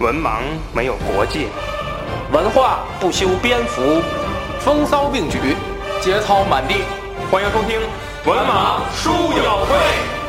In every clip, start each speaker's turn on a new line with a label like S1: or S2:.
S1: 文盲没有国界，
S2: 文化不修边幅，风骚并举，节操满地。
S1: 欢迎收听文盲书友会。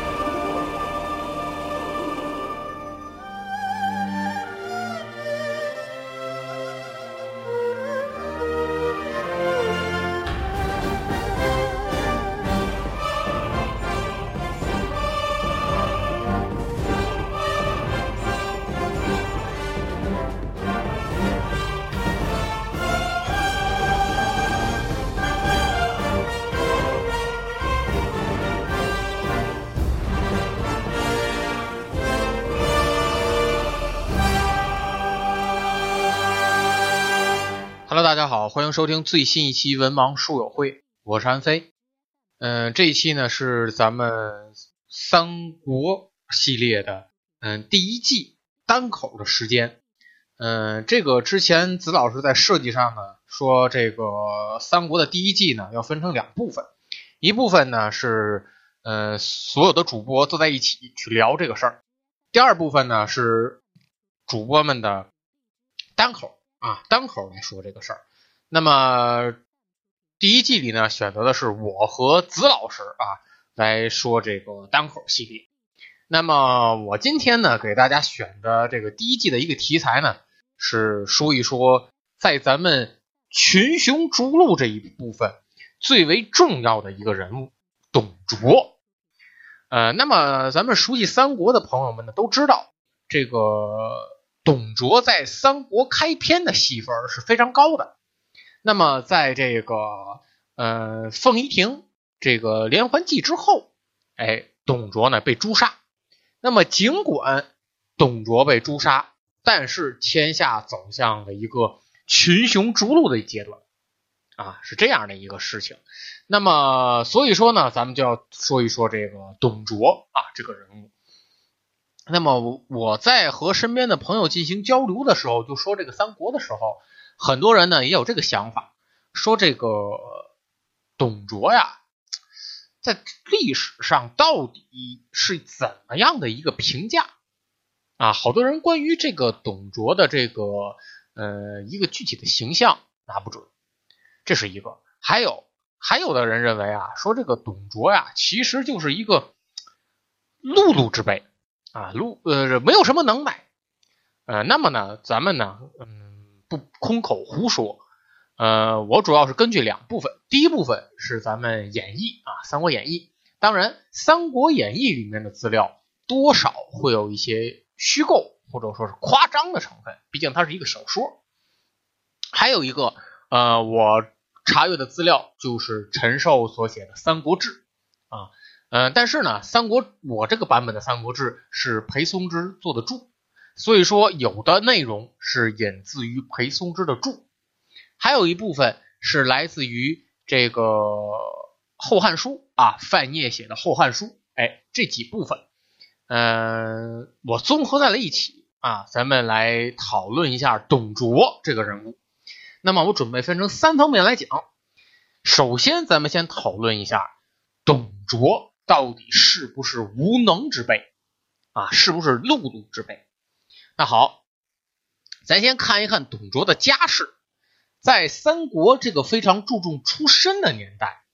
S3: Hello， 大家好，欢迎收听最新一期文盲书友会，我是安飞。这一期呢是咱们三国系列的第一季单口的时间。这个之前子老师在设计上呢说，这个三国的第一季呢要分成两部分，一部分呢是所有的主播坐在一起去聊这个事儿，第二部分呢是主播们的单口来说这个事儿。那么第一季里呢选择的是我和子老师来说这个单口系列。那么我今天呢给大家选的这个第一季的一个题材呢是说一说在咱们群雄逐鹿这一部分最为重要的一个人物董卓。那么咱们熟悉三国的朋友们呢都知道，这个董卓在三国开篇的戏份是非常高的。那么在这个凤仪亭这个连环计之后，董卓呢被诛杀。那么尽管董卓被诛杀，但是天下走向了一个群雄逐鹿的阶段是这样的一个事情。那么所以说呢，咱们就要说一说这个董卓这个人物。那么我在和身边的朋友进行交流的时候，就说这个三国的时候，很多人呢也有这个想法，说这个董卓呀在历史上到底是怎么样的一个评价好多人关于这个董卓的这个一个具体的形象拿不准，这是一个。还有的人认为说这个董卓呀其实就是一个碌碌之辈没有什么能耐。那么呢咱们呢不空口胡说。我主要是根据两部分，第一部分是咱们演义三国演义。当然三国演义里面的资料多少会有一些虚构或者说是夸张的成分，毕竟它是一个小说。还有一个我查阅的资料就是陈寿所写的三国志但是呢我这个版本的三国志是裴松之做的注，所以说有的内容是引自于裴松之的注，还有一部分是来自于这个后汉书范晔写的后汉书。这几部分我综合在了一起咱们来讨论一下董卓这个人物。那么我准备分成三方面来讲。首先咱们先讨论一下董卓到底是不是无能之辈是不是碌碌之辈。那好，咱先看一看董卓的家世。在三国这个非常注重出身的年代，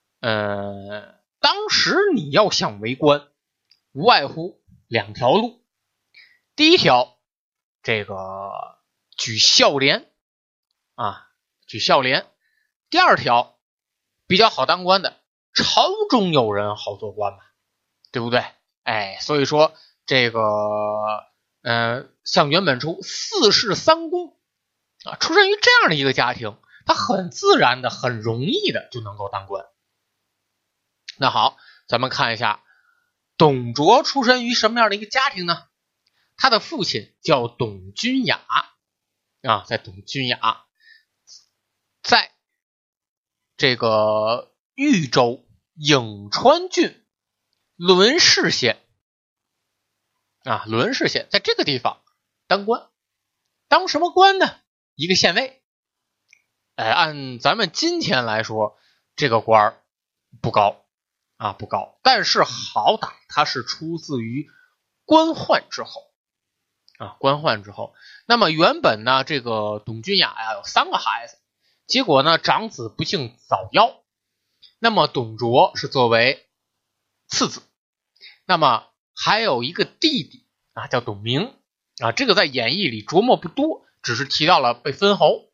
S3: 当时你要想为官无外乎两条路。第一条，这个举孝廉举孝廉。第二条比较好当官的，朝中有人好做官嘛，对不对？所以说这个像袁本初四世三公出身于这样的一个家庭，他很自然的很容易的就能够当官。那好，咱们看一下董卓出身于什么样的一个家庭呢？他的父亲叫董君雅在董君雅在这个豫州颍川郡伦氏县伦氏县在这个地方当官。当什么官呢？一个县尉。按咱们今天来说，这个官不高不高，但是好歹他是出自于官宦之后官宦之后，那么原本呢，这个董君雅呀有3个孩子，结果呢长子不幸早夭，那么董卓是作为次子，那么还有一个弟弟叫董明这个在演义里琢磨不多，只是提到了被封侯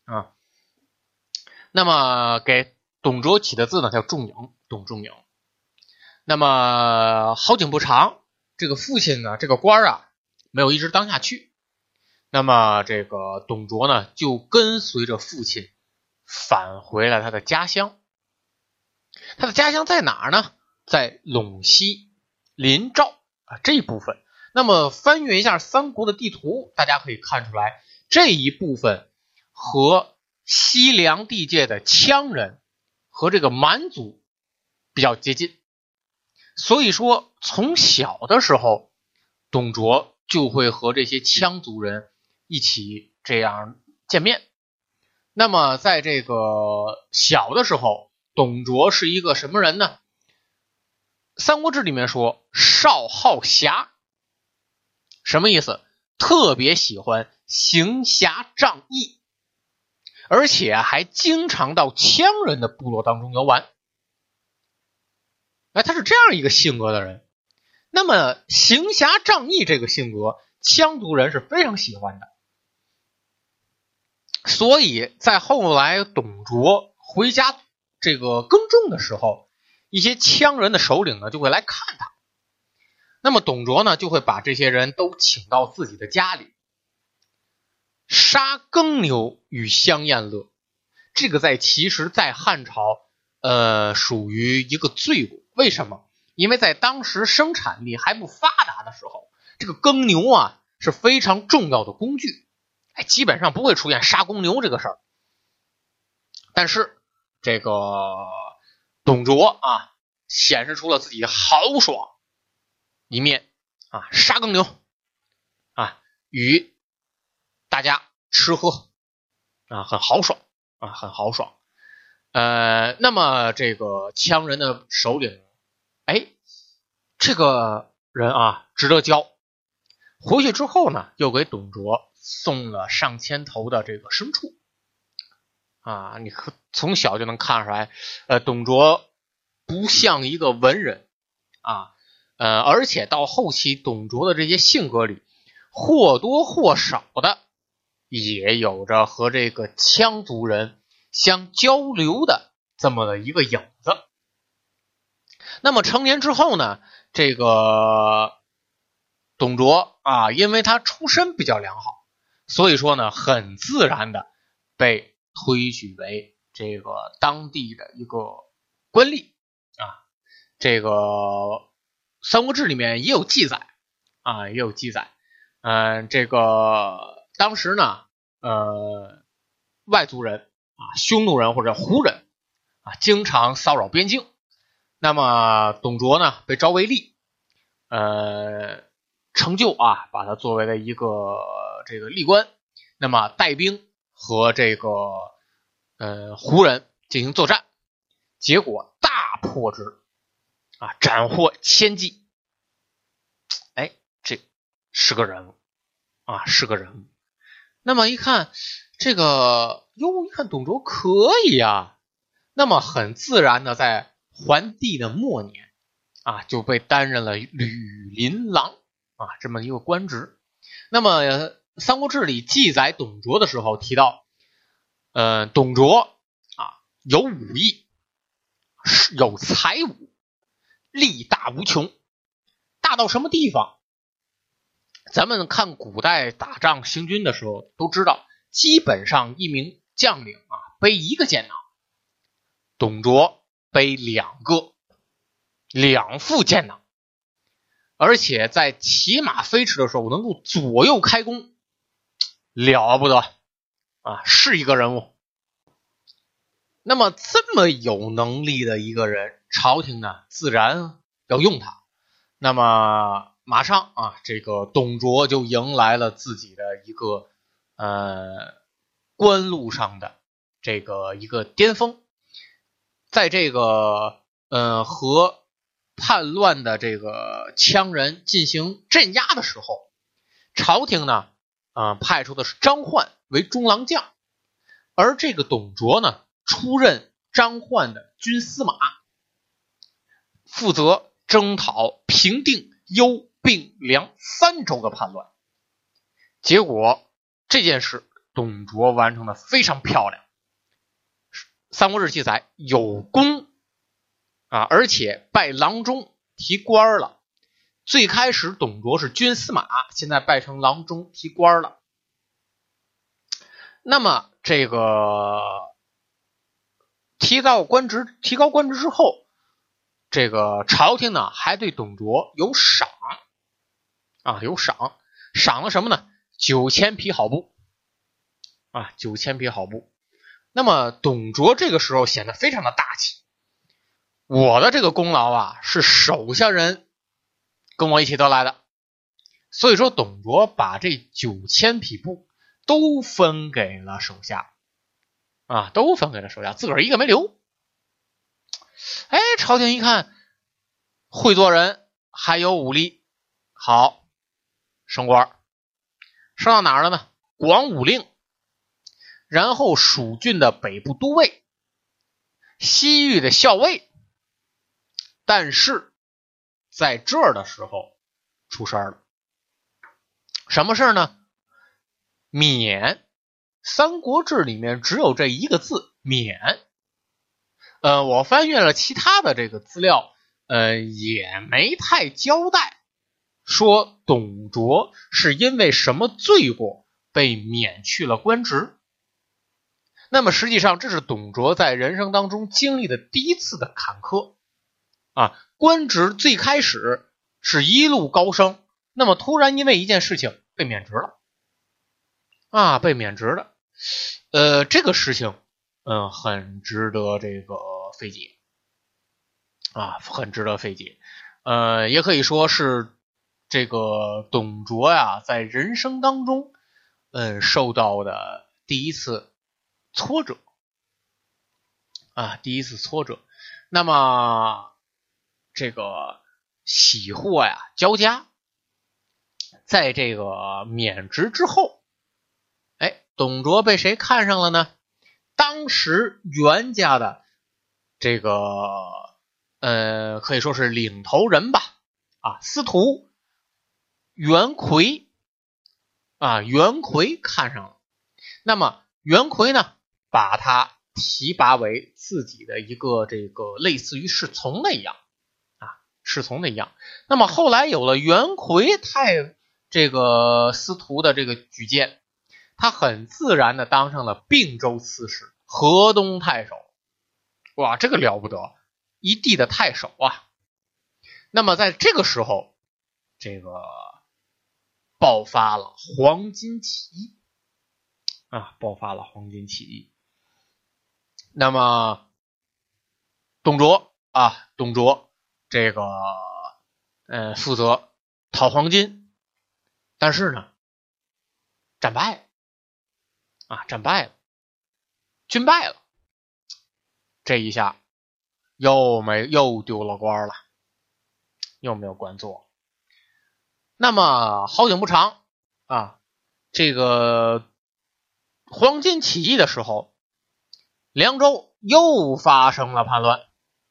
S3: 那么给董卓起的字呢叫仲颖，董仲颖。那么好景不长，这个父亲呢这个官没有一直当下去，那么这个董卓呢就跟随着父亲返回了他的家乡。他的家乡在哪儿呢？在陇西临赵这一部分。那么翻阅一下三国的地图，大家可以看出来，这一部分和西凉地界的羌人和这个蛮族比较接近，所以说从小的时候董卓就会和这些羌族人一起这样见面。那么在这个小的时候，董卓是一个什么人呢？三国志里面说少好侠，什么意思？特别喜欢行侠仗义，而且还经常到羌人的部落当中游玩。他是这样一个性格的人。那么行侠仗义这个性格，羌族人是非常喜欢的。所以在后来董卓回家这个耕种的时候，一些羌人的首领呢就会来看他。那么董卓呢就会把这些人都请到自己的家里，杀耕牛与相宴乐。这个其实在汉朝属于一个罪过。为什么？因为在当时生产力还不发达的时候，这个耕牛是非常重要的工具，基本上不会出现杀公牛这个事儿。但是这个董卓显示出了自己豪爽一面杀耕牛与大家吃喝很豪爽很豪爽。那么这个羌人的首领这个人值得交。回去之后呢，又给董卓送了上千头的这个牲畜你从小就能看出来董卓不像一个文人而且到后期董卓的这些性格里，或多或少的也有着和这个羌族人相交流的这么的一个影子。那么成年之后呢，这个董卓因为他出身比较良好，所以说呢很自然的被推举为这个当地的一个官吏这个三国志里面也有记载这个当时呢外族人匈奴人或者胡人经常骚扰边境。那么董卓呢被招为吏，成就把他作为了一个这个吏官，那么带兵和这个胡人进行作战，结果大破之斩获千骑。这是个人物是个人物。那么一看这个一看董卓可以那么很自然的在桓帝的末年就被担任了羽林郎这么一个官职。那么三国志里记载董卓的时候提到董卓有武艺，有才武，力大无穷。大到什么地方？咱们看古代打仗行军的时候都知道，基本上一名将领背一个箭囊，董卓背2副箭囊，而且在骑马飞驰的时候能够左右开弓，了不得是一个人物。那么这么有能力的一个人，朝廷呢自然要用他。那么马上这个董卓就迎来了自己的一个官路上的这个一个巅峰。在这个和叛乱的这个羌人进行镇压的时候， 朝廷呢派出的是张焕为中郎将，而这个董卓呢出任张焕的军司马，负责征讨平定幽并梁3州的叛乱。结果这件事董卓完成的非常漂亮，三国志记载有功而且拜郎中提官了。最开始董卓是军司马，现在拜成郎中提官了。那么这个提高官职之后，这个朝廷呢还对董卓有赏赏了什么呢？9000匹好步9000匹好步。那么董卓这个时候显得非常的大气，我的这个功劳是手下人跟我一起得来的，所以说董卓把这9000匹布都分给了手下自个儿一个没留。朝廷一看会做人还有武力，好，升官，升到哪儿了呢？广武令，然后蜀郡的北部都尉，西域的校尉。但是在这儿的时候出事了，什么事呢？免，三国志里面只有这一个字，免。我翻阅了其他的这个资料，也没太交代说董卓是因为什么罪过被免去了官职。那么实际上这是董卓在人生当中经历的第一次的坎坷官职最开始是一路高升，那么突然因为一件事情被免职了被免职了。这个事情很值得这个费解很值得费解。也可以说是这个董卓在人生当中受到的第一次挫折那么这个喜祸交加，在这个免职之后，董卓被谁看上了呢？当时袁家的这个可以说是领头人吧司徒袁奎袁奎看上了。那么袁奎呢把他提拔为自己的一个这个类似于侍从的一样那么后来有了袁奎这个司徒的这个举荐，他很自然的当上了并州刺史、河东太守。哇，这个了不得，一地的太守那么在这个时候，这个爆发了黄巾起义那么董卓这个负责讨黄巾，但是呢战败了，军败了。这一下又丢了官了，又没有官做。那么好景不长这个黄巾起义的时候，凉州又发生了叛乱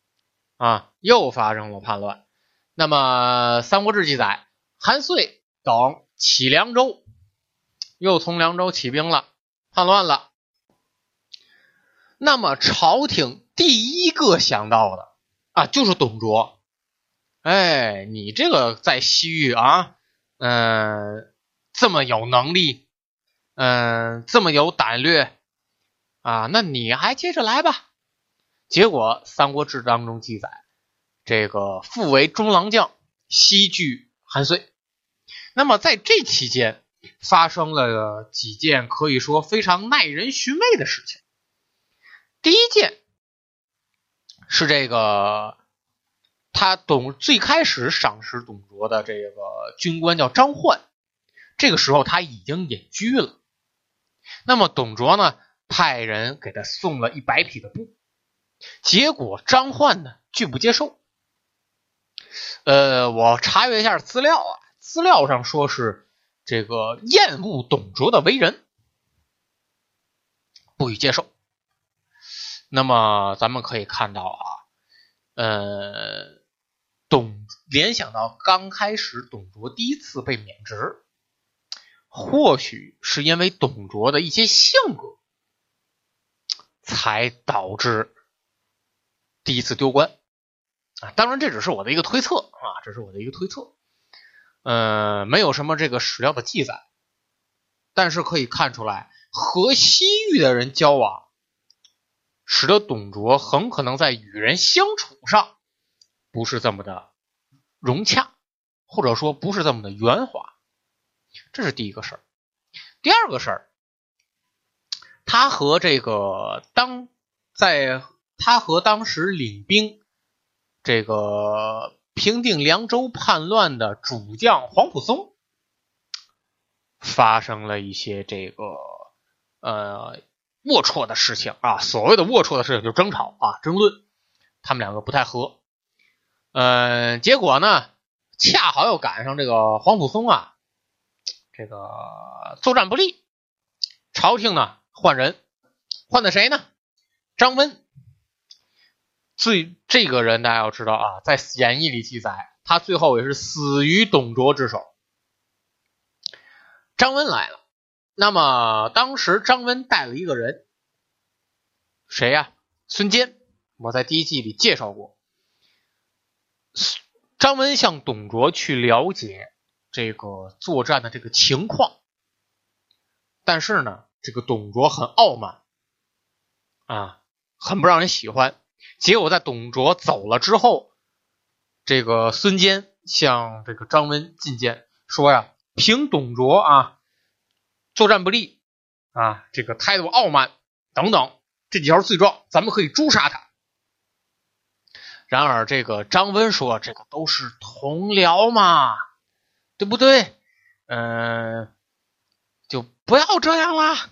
S3: 那么三国志记载，韩遂等起凉州，又从凉州起兵了，叛乱了。那么朝廷第一个想到的就是董卓。你这个在西域这么有能力，这么有胆略那你还接着来吧。结果三国志当中记载，这个复为中郎将，西拒韩遂。那么在这期间发生了几件可以说非常耐人寻味的事情。第一件是这个最开始赏识董卓的这个军官叫张焕，这个时候他已经隐居了。那么董卓呢派人给他送了100匹的布，结果张焕呢拒不接受。我查阅一下资料资料上说是这个厌恶董卓的为人，不予接受。那么咱们可以看到联想到刚开始董卓第一次被免职，或许是因为董卓的一些性格才导致第一次丢官当然这只是我的一个推测这是我的一个推测，没有什么这个史料的记载，但是可以看出来和西域的人交往，使得董卓很可能在与人相处上不是这么的融洽，或者说不是这么的圆滑，这是第一个事儿。第二个事儿，他和当时领兵这个平定凉州叛乱的主将黄埔松发生了一些这个龌龊的事情所谓的龌龊的事情就是争吵争论，他们两个不太合。结果呢，恰好又赶上这个黄埔松这个作战不利，朝廷呢换人，换的谁呢？张温。这个人大家要知道在演义里记载，他最后也是死于董卓之手。张温来了，那么当时张温带了一个人，谁呀？孙坚，我在第一季里介绍过。张温向董卓去了解这个作战的这个情况，但是呢，这个董卓很傲慢很不让人喜欢。结果在董卓走了之后，这个孙坚向这个张温进谏说呀，凭董卓作战不利这个态度傲慢等等这几条罪状，咱们可以诛杀他。然而这个张温说，这个都是同僚嘛，对不对？就不要这样啦，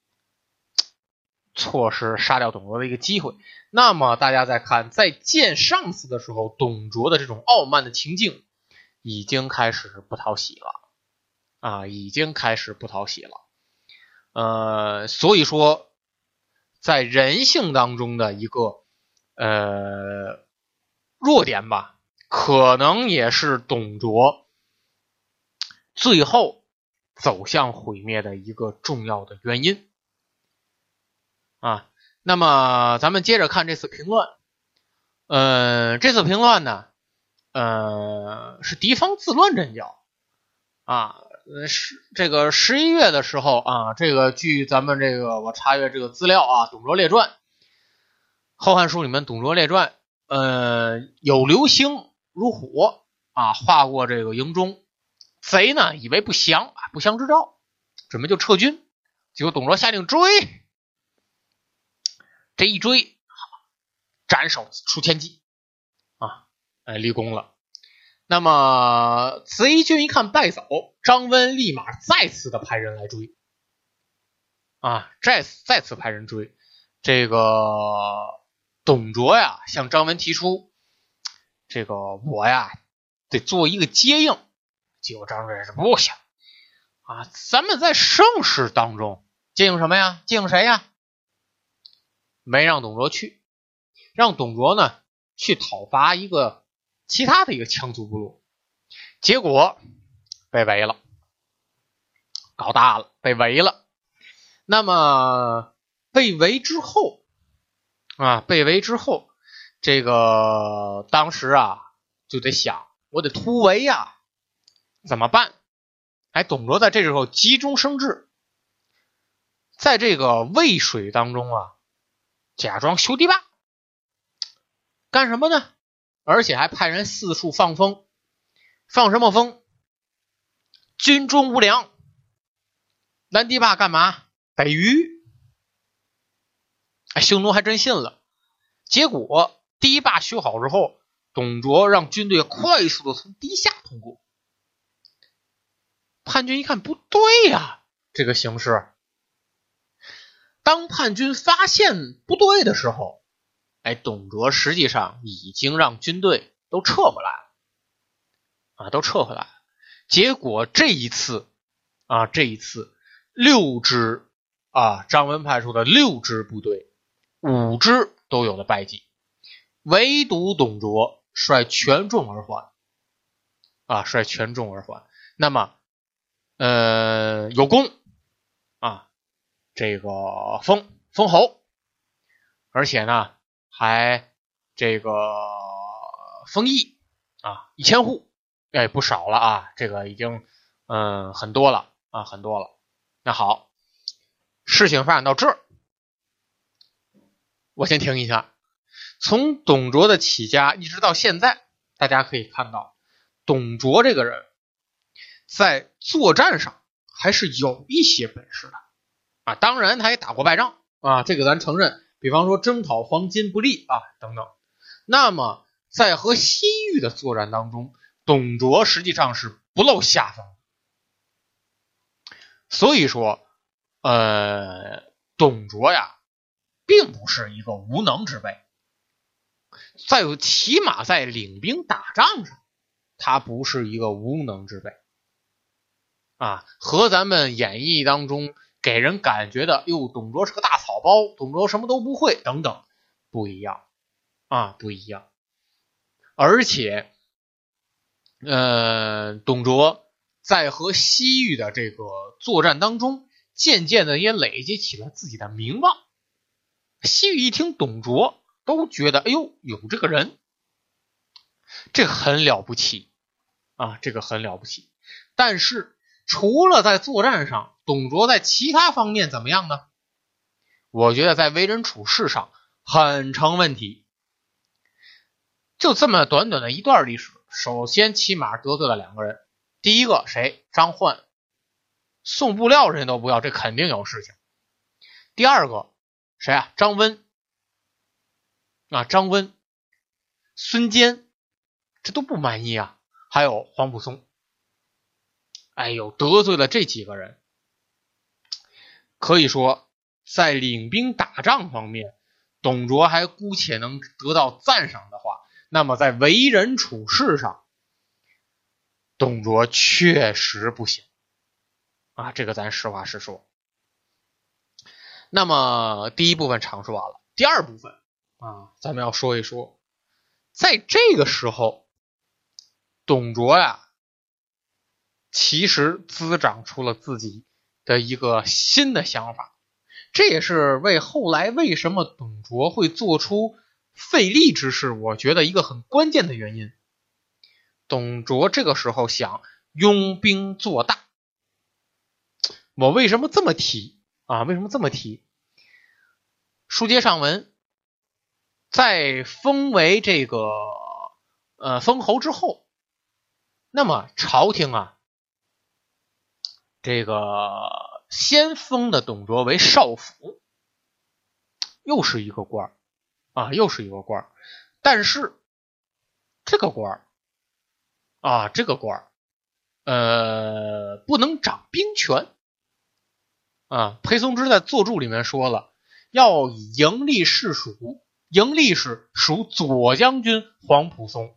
S3: 错失杀掉董卓的一个机会。那么大家再看，在见上司的时候，董卓的这种傲慢的情境已经开始不讨喜了已经开始不讨喜了。所以说在人性当中的一个弱点吧，可能也是董卓最后走向毁灭的一个重要的原因那么咱们接着看这次平乱。这次平乱呢是敌方自乱阵脚这个11月的时候这个据咱们这个我查阅这个资料董卓列传后汉书里面董卓列传有流星如火划过这个营中，贼呢以为不祥之兆，准备就撤军，结果董卓下令追，这一追斩首数千骑立功了。那么贼军一看败走，张温立马再次的派人来追再次派人追。这个董卓向张温提出，这个我得做一个接应。结果张温是不行咱们在盛世当中接应什么呀？接应谁呀？没让董卓去，让董卓呢去讨伐一个其他的一个羌族部落，结果被围了，搞大了，被围了。那么被围之后这个当时就得想，我得突围怎么办？董卓在这时候急中生智，在这个渭水当中假装修堤坝，干什么呢？而且还派人四处放风。放什么风？军中无粮，拦堤坝干嘛？逮鱼。匈奴还真信了。结果堤坝修好之后，董卓让军队快速的从堤下通过。叛军一看不对这个形势。当叛军发现不对的时候，董卓实际上已经让军队都撤回来了结果这一次这一次6支张温派出的6支部队，5支都有了败绩，唯独董卓率全众而还率全众而还。那么有功这个封侯，而且呢还这个封邑1000户，不少了这个已经很多了很多了。那好，事情发展到这儿，我先停一下。从董卓的起家一直到现在，大家可以看到董卓这个人在作战上还是有一些本事的当然他也打过败仗这个咱承认，比方说征讨黄巾不利等等。那么在和西域的作战当中，董卓实际上是不露下风。所以说董卓呀并不是一个无能之辈，起码在领兵打仗上他不是一个无能之辈和咱们演绎当中给人感觉的董卓是个大草包，董卓什么都不会等等不一样不一样。而且董卓在和西域的这个作战当中，渐渐的也累积起了自己的名望。西域一听董卓都觉得有这个人，这个很了不起这个很了不起。但是除了在作战上，董卓在其他方面怎么样呢？我觉得在为人处事上很成问题。就这么短短的一段历史，首先起码得罪了2个人。第一个谁？张奂，送布料人都不要，这肯定有事情。第二个谁张温张温，孙坚，这都不满意还有黄埔松，得罪了这几个人。可以说在领兵打仗方面，董卓还姑且能得到赞赏的话，那么在为人处事上，董卓确实不行这个咱实话实说。那么第一部分阐述完了，第二部分咱们要说一说，在这个时候董卓其实滋长出了自己的一个新的想法，这也是后来为什么董卓会做出废立之事，我觉得一个很关键的原因。董卓这个时候想拥兵做大。我为什么这么提为什么这么提？书接上文，在封为这个封侯之后，那么朝廷这个先封的董卓为少府，又是一个官又是一个官。但是这个官不能掌兵权裴松之在作注里面说了，要以营吏士属，营吏士属左将军黄埔松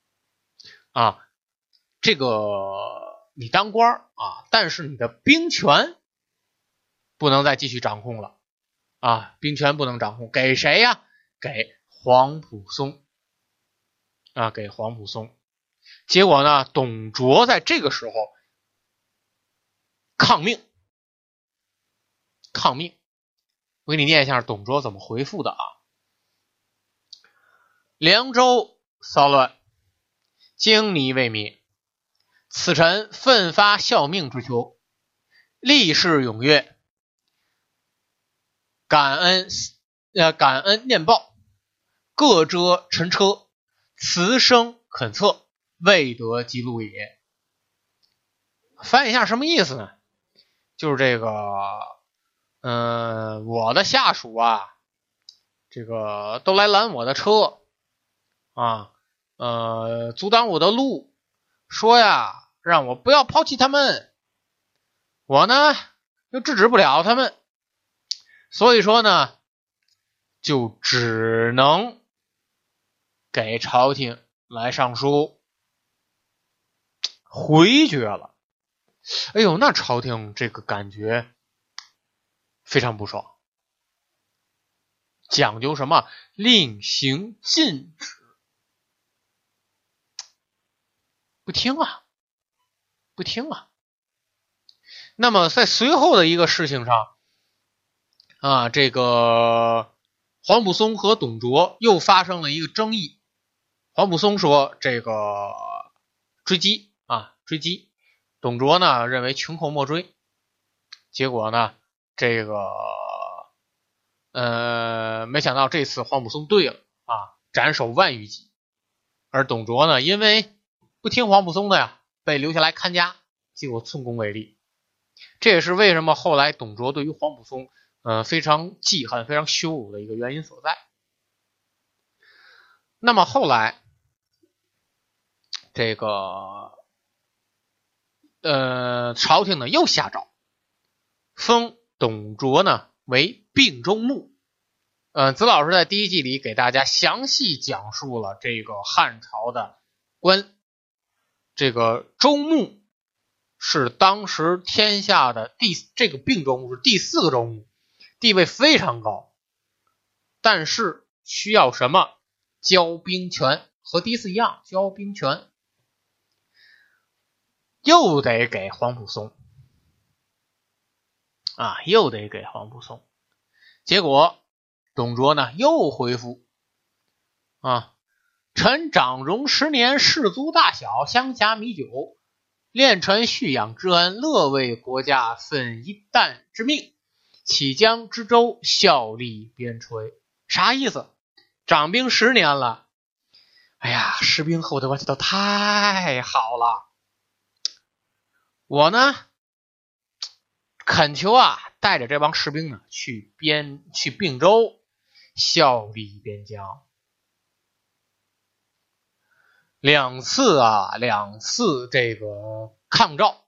S3: 这个你当官但是你的兵权不能再继续掌控了兵权不能掌控，给谁给黄埔松给黄埔松。结果呢，董卓在这个时候抗命。我给你念一下董卓怎么回复的凉州骚乱，荆泥未灭，此臣奋发效命之求，力士踊跃，感恩念报，各遮陈车，辞声恳策，未得记录也。翻译一下什么意思呢？就是这个我的下属这个都来拦我的车阻挡我的路，说让我不要抛弃他们，我呢又制止不了他们，所以说呢就只能给朝廷来上书回绝了。 哎呦，那朝廷这个感觉非常不爽，讲究什么令行禁止，不听啊，不听啊。那么在随后的一个事情上啊，这个黄埔松和董卓又发生了一个争议。黄埔松说这个追击，董卓呢认为穷寇莫追，结果呢这个没想到这次黄埔松对了啊，斩首万余级，而董卓呢因为不听黄埔松的呀，被留下来看家，结果寸功未立。这也是为什么后来董卓对于黄埔松非常记恨、非常羞辱的一个原因所在。那么后来这个朝廷呢又下诏封董卓呢为并州牧。子老师在第一季里给大家详细讲述了这个汉朝的官，这个州牧是当时天下的这个并州牧是第4个州牧，地位非常高，但是需要什么？交兵权，和第4一样，交兵权又得给黄埔松啊，又得给黄埔松。结果董卓呢又回复啊，臣长荣10年，士卒大小，乡辖米酒，恋臣蓄养之恩，乐为国家分一担之命，岂将知州效力边陲。啥意思？长兵10年了，哎呀，士兵和我的关系都太好了，我呢恳求啊，带着这帮士兵呢去并州效力边疆。两次这个抗诏，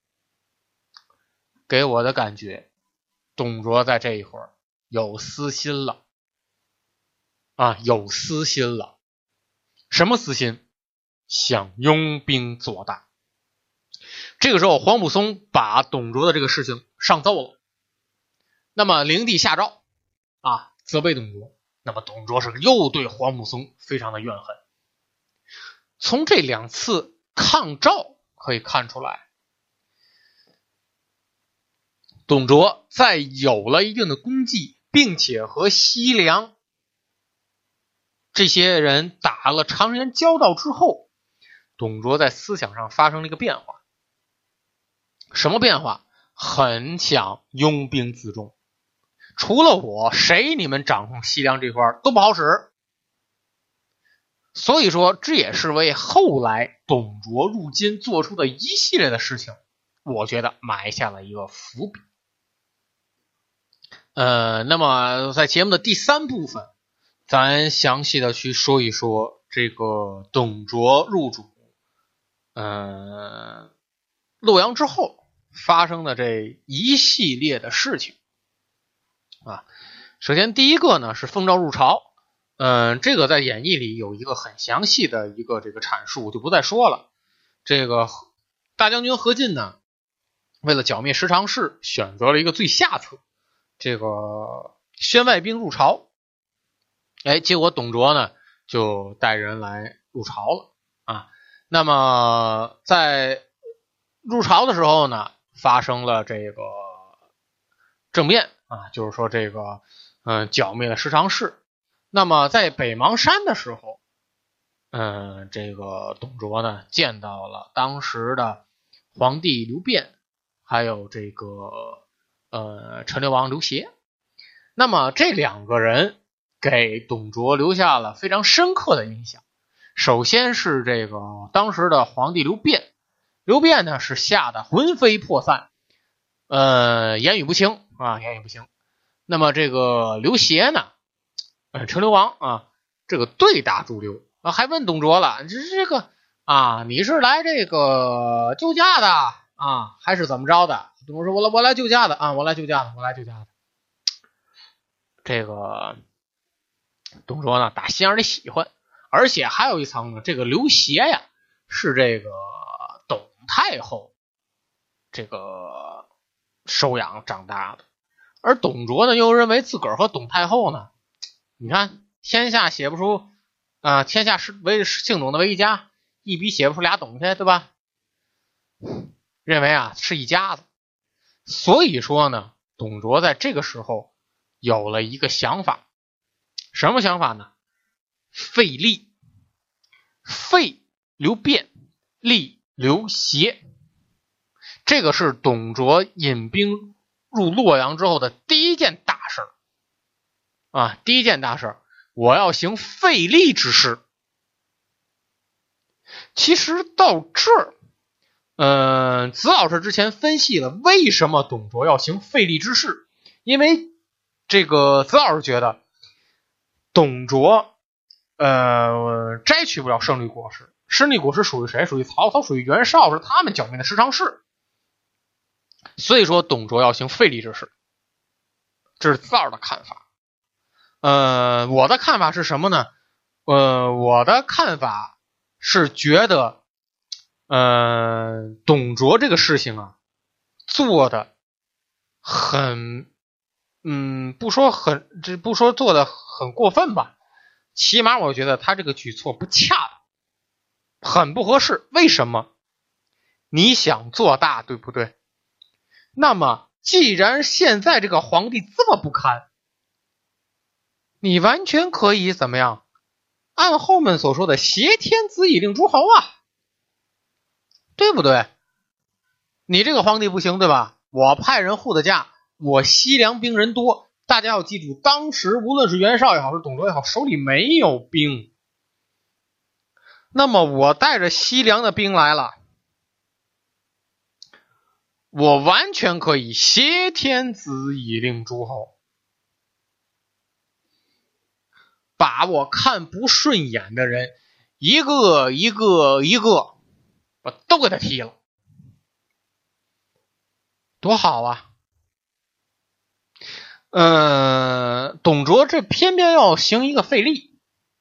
S3: 给我的感觉董卓在这一会儿有私心了啊，有私心了。什么私心？想拥兵做大。这个时候黄埔松把董卓的这个事情上奏了，那么灵帝下诏啊，责备董卓，那么董卓是又对黄埔松非常的怨恨。从这2次抗诏可以看出来，董卓在有了一定的功绩，并且和西凉这些人打了长时间交道之后，董卓在思想上发生了一个变化。什么变化？很想拥兵自重，除了我，谁你们掌控西凉这块都不好使。所以说这也是为后来董卓入京做出的一系列的事情，我觉得埋下了一个伏笔。那么在节目的第3部分，咱详细的去说一说这个董卓入主洛阳之后发生的这一系列的事情啊。首先第一个呢是奉诏入朝，这个在演义里有一个很详细的一个这个阐述，我就不再说了。这个大将军何进呢，为了剿灭十常侍，选择了一个最下策，这个宣外兵入朝。结果董卓呢就带人来入朝了啊。那么在入朝的时候呢，发生了这个政变啊，就是说这个剿灭了十常侍。那么在北邙山的时候，这个董卓呢见到了当时的皇帝刘辩，还有这个陈留王刘协。那么这2个人给董卓留下了非常深刻的印象。首先是这个当时的皇帝刘辩，刘辩呢是吓得魂飞魄散，言语不清。那么这个刘协呢，陈留王啊，这个对答如流啊，还问董卓了，这个啊，你是来这个救驾的啊，还是怎么着的？董卓说我来救驾的啊，我来救驾的。这个董卓呢打心眼里喜欢，而且还有一层呢，这个刘协呀是这个董太后这个收养长大的。而董卓呢，又认为自个儿和董太后呢，你看天下写不出天下姓董的为一家，一笔写不出俩董去，对吧？认为是一家子。所以说呢，董卓在这个时候有了一个想法。什么想法呢？废立。废刘辩，立刘协。这个是董卓引兵入洛阳之后的第一件大事第一件大事，我要行废立之事。其实到这儿，子老师之前分析了为什么董卓要行废立之事，因为这个子老师觉得董卓摘取不了胜利果实，胜利果实属于谁？属于曹操，属于袁绍，是他们剿灭的十常侍。所以说董卓要行废立之事，这是子老师的看法。我的看法是什么呢？我的看法是觉得董卓这个事情做的很不说做的很过分吧，起码我觉得他这个举措不恰当，很不合适。为什么？你想做大，对不对？那么既然现在这个皇帝这么不堪，你完全可以怎么样？按后面所说的挟天子以令诸侯对不对？你这个皇帝不行，对吧？我派人护的驾，我西凉兵人多，大家要记住，当时无论是袁绍也好，是董卓也好，手里没有兵。那么我带着西凉的兵来了，我完全可以挟天子以令诸侯，把我看不顺眼的人一个一个我都给他踢了，多好啊！董卓这偏偏要行一个废立，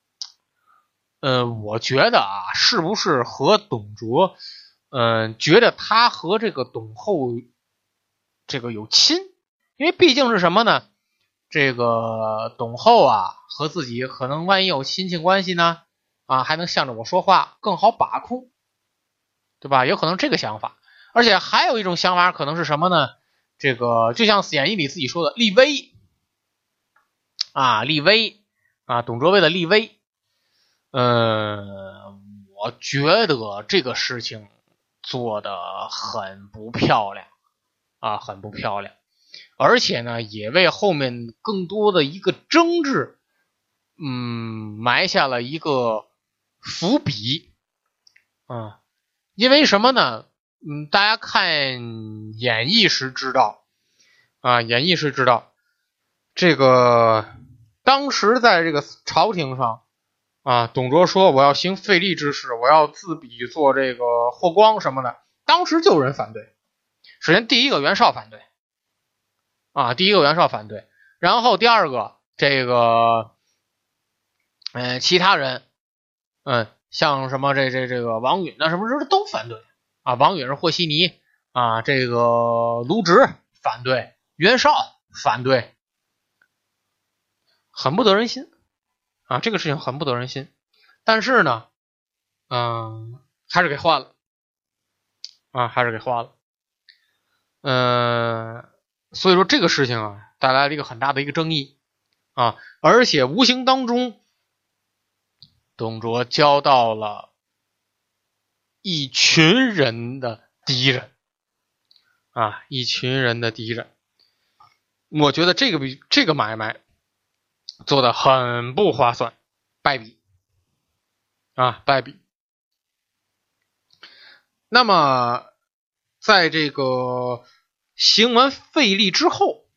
S3: 我觉得是不是和董卓觉得他和这个董后这个有亲？因为毕竟是什么呢？这个董后和自己可能万一有亲戚关系呢还能向着我说话，更好把控，对吧？有可能这个想法。而且还有一种想法可能是什么呢？这个就像演义里自己说的立威立威董卓为了立威，我觉得这个事情做得很不漂亮很不漂亮，而且呢也为后面更多的一个争执埋下了一个伏笔因为什么呢？大家看演义时知道这个当时在这个朝廷上董卓说我要行废立之事，我要自比做这个霍光什么的，当时就有人反对。首先第一个袁绍反对然后第二个这个其他人像什么这个王允什么都反对王允是和稀泥这个卢植反对，袁绍反对，很不得人心这个事情很不得人心。但是呢还是给换了所以说这个事情带来了一个很大的一个争议而且无形当中董卓交到了一群人的敌人我觉得这个买卖做得很不划算，败笔那么在这个行完废立之后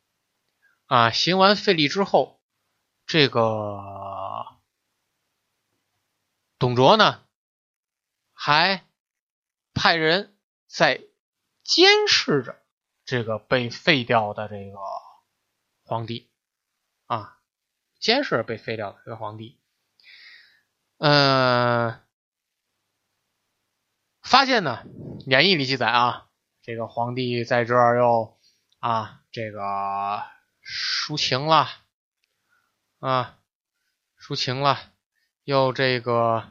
S3: 这个董卓呢还派人在监视着这个被废掉的这个皇帝监视被废掉的这个皇帝发现呢演义里记载这个皇帝在这儿又这个抒情了抒情了，又这个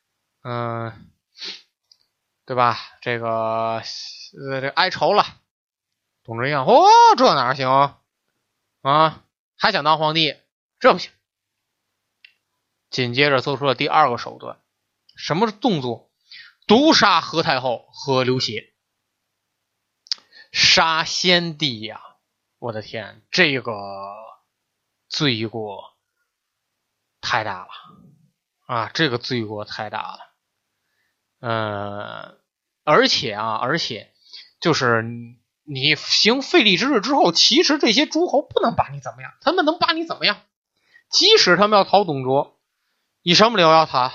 S3: 对吧？这个哀愁了。董卓一看，这哪行还想当皇帝，这不行。紧接着做出了第二个手段，什么动作？毒杀何太后和刘协，杀先帝呀！我的天，这个罪过太大了这个罪过太大了。而且就是你行废立之日之后，其实这些诸侯不能把你怎么样，他们能把你怎么样？即使他们要讨董卓，以什么理由要他？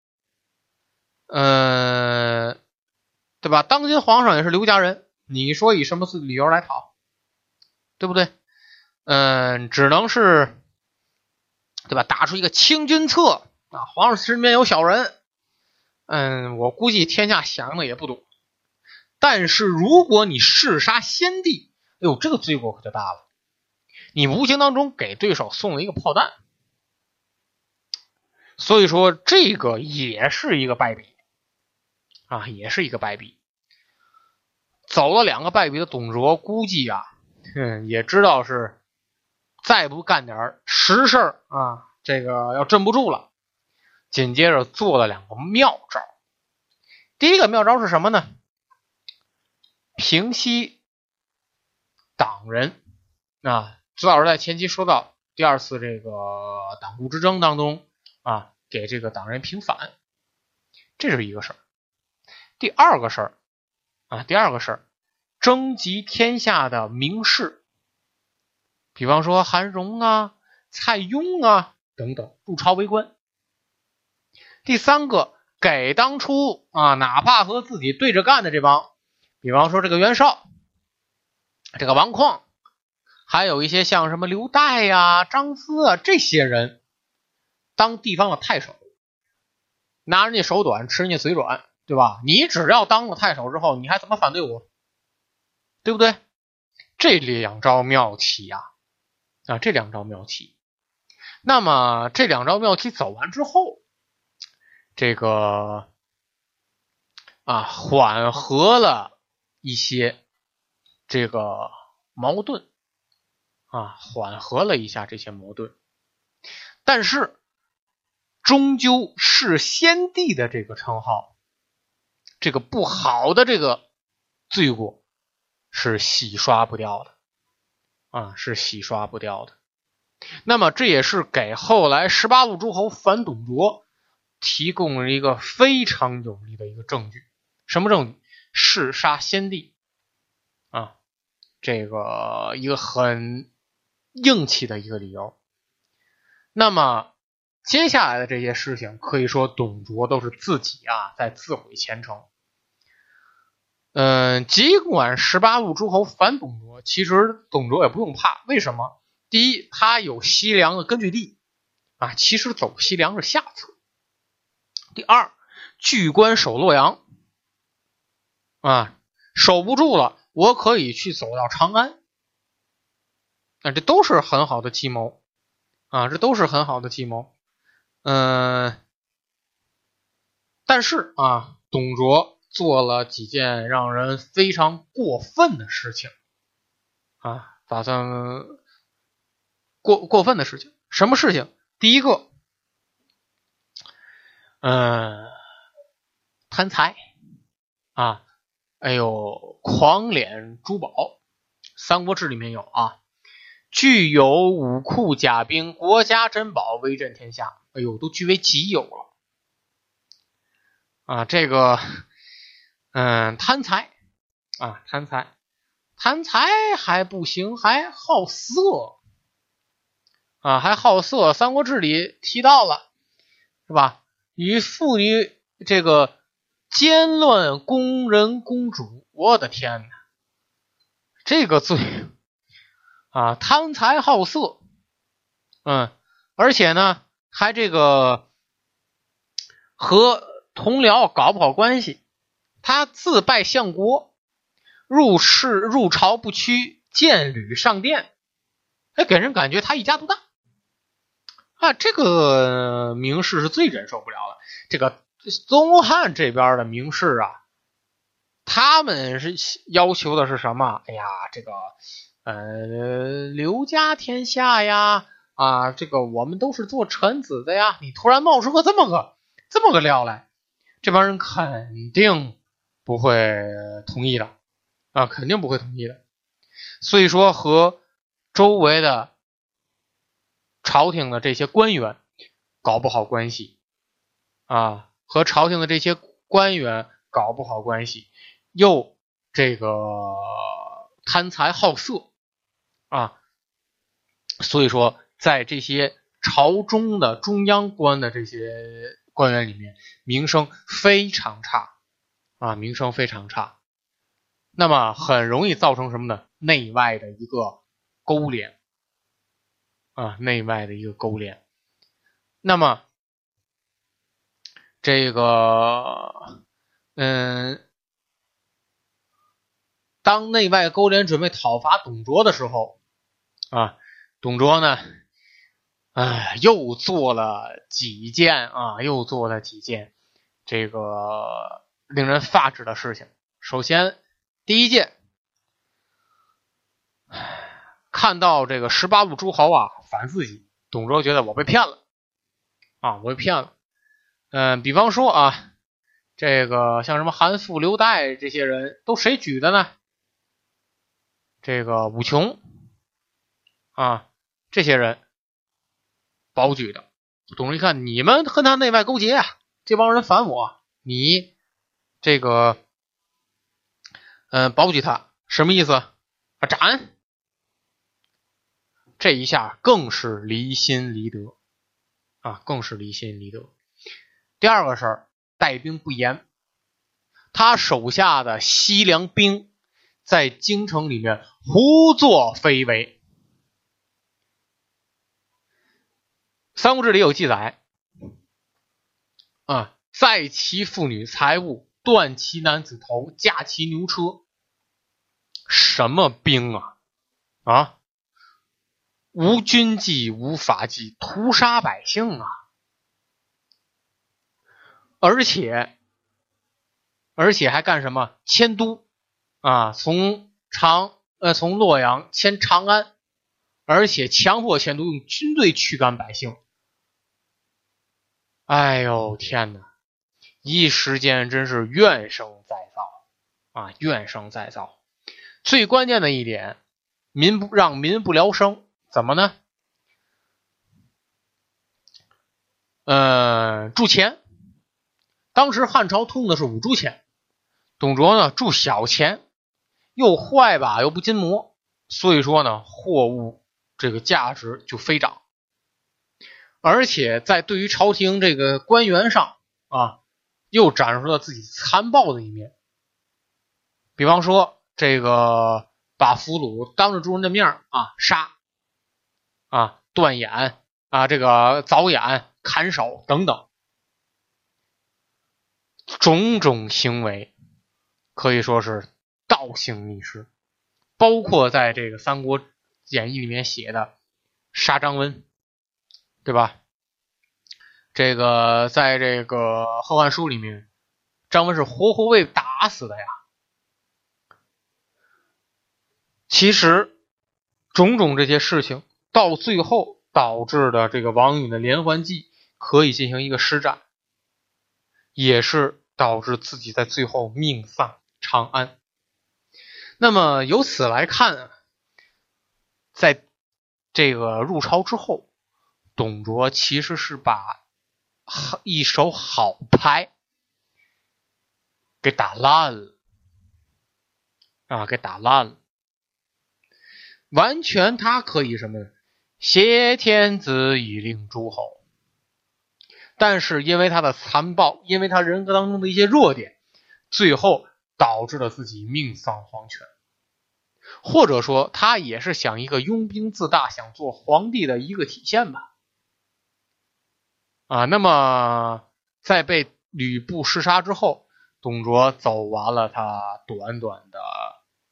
S3: 对吧？当今皇上也是刘家人，你说以什么理由来讨？对不对？只能是对吧？打出一个清君侧皇上身边有小人。我估计天下想的也不多。但是如果你弑杀先帝，这个罪过可就大了。你无形当中给对手送了一个炮弹。所以说这个也是一个败笔也是一个败笔。走了2个败笔的董卓，估计也知道是再不干点实事这个要镇不住了。紧接着做了2个妙招。第一个妙招是什么呢？平息党人朱老师在前期说到第2次这个党锢之争当中给这个党人平反，这是一个事儿。第二个事儿，征集天下的名士，比方说韩荣蔡邕等等入朝为官。第3个，给当初哪怕和自己对着干的这帮，比方说这个袁绍，这个王旷，还有一些像什么刘岱张思这些人，当地方的太守，拿人家手短吃人家嘴软，对吧？你只要当了太守之后，你还怎么反对我？对不对？这2招妙棋这2招妙棋。那么这2招妙棋走完之后，这个缓和了一些这个矛盾缓和了一下这些矛盾。但是终究是先帝的这个称号，这个不好的这个罪过是洗刷不掉的是洗刷不掉的。那么这也是给后来18路诸侯反董卓提供了一个非常有力的一个证据。什么证据？弑杀先帝这个一个很硬气的一个理由。那么接下来的这些事情，可以说董卓都是自己在自毁前程。尽管18路诸侯反董卓，其实董卓也不用怕。为什么？第一，他有西凉的根据地其实走西凉是下策。第二，据关守洛阳守不住了，我可以去走到长安这都是很好的计谋这都是很好的计谋。但是董卓做了几件让人非常过分的事情打算过分的事情。什么事情？第一个贪财狂敛珠宝。三国志里面有具有武库甲兵国家珍宝威震天下，都据为己有了这个贪财贪财还不行，还好色还好色。三国志里提到了是吧？与妇女这个奸乱宫人公主，我的天哪，这个罪贪财好色而且呢还这个和同僚搞不好关系。他自拜相国， 入朝不趋，见履上殿，给人感觉他一家独大啊。这个名士是最忍受不了了。这个东汉这边的名士啊，他们是要求的是什么？哎呀，这个刘家天下呀，啊，这个我们都是做臣子的呀，你突然冒出个这么个料来，这帮人肯定不会同意的啊，肯定不会同意的。所以说和周围的朝廷的这些官员搞不好关系啊，和朝廷的这些官员搞不好关系，又这个贪财好色啊，所以说在这些朝中的中央官的这些官员里面，名声非常差啊，名声非常差。那么很容易造成什么呢？内外的一个勾连啊，内外的一个勾连。那么这个当内外勾连准备讨伐董卓的时候啊，董卓呢又做了几件这个令人发指的事情。首先第一件，看到这个18路诸侯啊反自己，董卓觉得我被骗了啊，我被骗了。比方说啊，这个像什么韩馥、刘岱这些人都谁举的呢？这个武琼啊，这些人保举的。董卓一看，你们和他内外勾结啊，这帮人反我，你这个保举他什么意思啊？斩！这一下更是离心离德啊，更是离心离德。第二个事儿，带兵不严，他手下的西凉兵在京城里面胡作非为。三国志里有记载啊，载其妇女财物，断其男子头，驾其牛车。什么兵啊啊！无军纪，无法纪，屠杀百姓啊！而且还干什么？迁都啊，从洛阳迁长安，而且强迫迁都，用军队驱赶百姓。哎呦天哪！一时间真是怨声载道啊，怨声载道。最关键的一点，让民不聊生，怎么呢？铸钱。当时汉朝通的是5铢钱，董卓呢铸小钱，又坏吧又不禁磨，所以说呢货物这个价值就飞涨。而且在对于朝廷这个官员上啊，又展示了自己残暴的一面。比方说这个把俘虏当着诸人的面啊杀啊，断眼啊，这个凿眼、砍手等等，种种行为可以说是倒行逆施。包括在这个《三国演义》里面写的杀张温，对吧？这个在这个《后汉书》里面，张温是活活被打死的呀。其实种种这些事情到最后导致的这个王允的连环计可以进行一个施展，也是导致自己在最后命丧长安。那么由此来看啊，在这个入朝之后，董卓其实是把一手好牌给打烂了啊，给打烂了。完全他可以什么呢？挟天子以令诸侯，但是因为他的残暴，因为他人格当中的一些弱点，最后导致了自己命丧黄泉。或者说他也是想一个拥兵自大，想做皇帝的一个体现吧。那么在被吕布弑杀之后，董卓走完了他短短的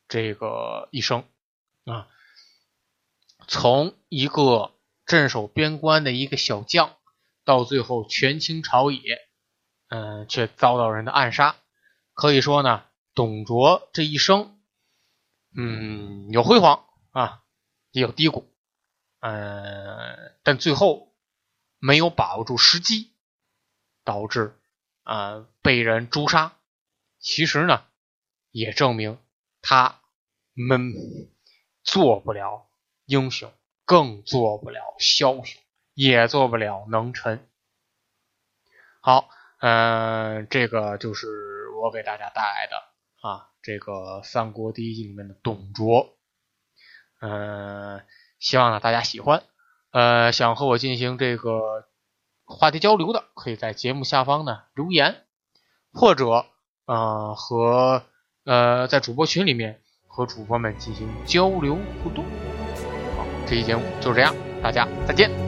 S3: 这个一生啊，从一个镇守边关的一个小将，到最后权倾朝野，却遭到人的暗杀。可以说呢，董卓这一生，有辉煌啊，也有低谷，但最后没有把握住时机，导致被人诛杀。其实呢，也证明他们做不了英雄，更做不了枭雄，也做不了能臣。好，这个就是我给大家带来的这个《三国第一记》里面的董卓。希望呢大家喜欢。想和我进行这个话题交流的，可以在节目下方呢留言，或者和在主播群里面和主播们进行交流互动。好，这期节目就是这样，大家再见。